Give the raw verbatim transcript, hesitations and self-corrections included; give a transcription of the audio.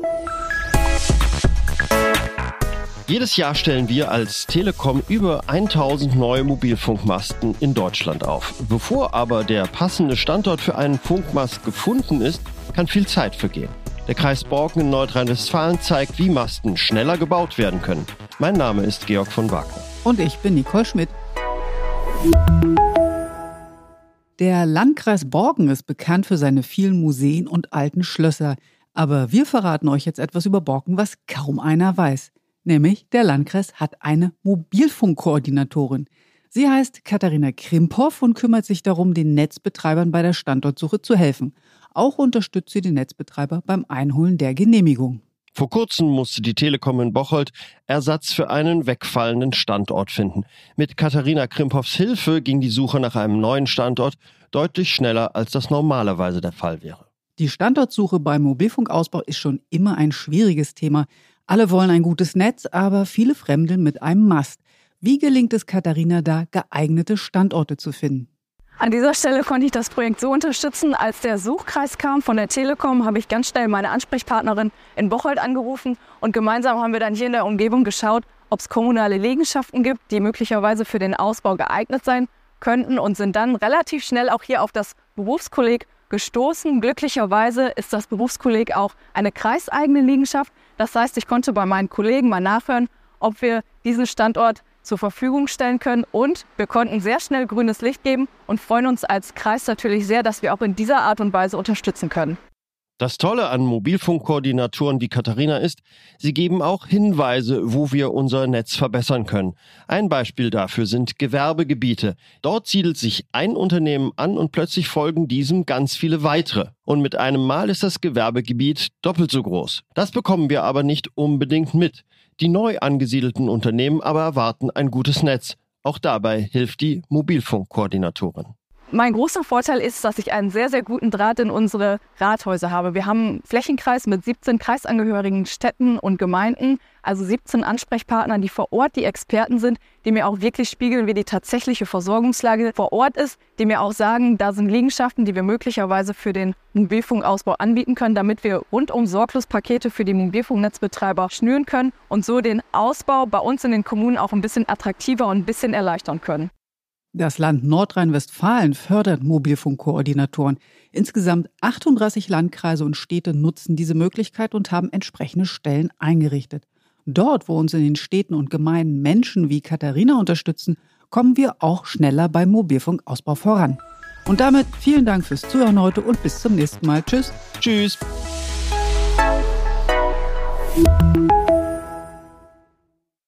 Jedes Jahr stellen wir als Telekom über tausend neue Mobilfunkmasten in Deutschland auf. Bevor aber der passende Standort für einen Funkmast gefunden ist, kann viel Zeit vergehen. Der Kreis Borken in Nordrhein-Westfalen zeigt, wie Masten schneller gebaut werden können. Mein Name ist Georg von Wagner. Und ich bin Nicole Schmidt. Der Landkreis Borken ist bekannt für seine vielen Museen und alten Schlösser. Aber wir verraten euch jetzt etwas über Borken, was kaum einer weiß. Nämlich, der Landkreis hat eine Mobilfunkkoordinatorin. Sie heißt Katharina Krimphoff und kümmert sich darum, den Netzbetreibern bei der Standortsuche zu helfen. Auch unterstützt sie den Netzbetreiber beim Einholen der Genehmigung. Vor kurzem musste die Telekom in Bocholt Ersatz für einen wegfallenden Standort finden. Mit Katharina Krimphoffs Hilfe ging die Suche nach einem neuen Standort deutlich schneller, als das normalerweise der Fall wäre. Die Standortsuche beim Mobilfunkausbau ist schon immer ein schwieriges Thema. Alle wollen ein gutes Netz, aber viele fremdeln mit einem Mast. Wie gelingt es Katharina da, geeignete Standorte zu finden? An dieser Stelle konnte ich das Projekt so unterstützen. Als der Suchkreis kam von der Telekom, habe ich ganz schnell meine Ansprechpartnerin in Bocholt angerufen und gemeinsam haben wir dann hier in der Umgebung geschaut, ob es kommunale Liegenschaften gibt, die möglicherweise für den Ausbau geeignet sein könnten und sind dann relativ schnell auch hier auf das Berufskolleg gestoßen. Glücklicherweise ist das Berufskolleg auch eine kreiseigene Liegenschaft. Das heißt, ich konnte bei meinen Kollegen mal nachhören, ob wir diesen Standort zur Verfügung stellen können. Und wir konnten sehr schnell grünes Licht geben und freuen uns als Kreis natürlich sehr, dass wir auch in dieser Art und Weise unterstützen können. Das Tolle an Mobilfunkkoordinatoren wie Katharina ist, sie geben auch Hinweise, wo wir unser Netz verbessern können. Ein Beispiel dafür sind Gewerbegebiete. Dort siedelt sich ein Unternehmen an und plötzlich folgen diesem ganz viele weitere. Und mit einem Mal ist das Gewerbegebiet doppelt so groß. Das bekommen wir aber nicht unbedingt mit. Die neu angesiedelten Unternehmen aber erwarten ein gutes Netz. Auch dabei hilft die Mobilfunkkoordinatorin. Mein großer Vorteil ist, dass ich einen sehr, sehr guten Draht in unsere Rathäuser habe. Wir haben einen Flächenkreis mit siebzehn kreisangehörigen Städten und Gemeinden, also siebzehn Ansprechpartnern, die vor Ort die Experten sind, die mir auch wirklich spiegeln, wie die tatsächliche Versorgungslage vor Ort ist, die mir auch sagen, da sind Liegenschaften, die wir möglicherweise für den Mobilfunkausbau anbieten können, damit wir rundum sorglos Pakete für die Mobilfunknetzbetreiber schnüren können und so den Ausbau bei uns in den Kommunen auch ein bisschen attraktiver und ein bisschen erleichtern können. Das Land Nordrhein-Westfalen fördert Mobilfunkkoordinatoren. Insgesamt achtunddreißig Landkreise und Städte nutzen diese Möglichkeit und haben entsprechende Stellen eingerichtet. Dort, wo uns in den Städten und Gemeinden Menschen wie Katharina unterstützen, kommen wir auch schneller beim Mobilfunkausbau voran. Und damit vielen Dank fürs Zuhören heute und bis zum nächsten Mal. Tschüss. Tschüss.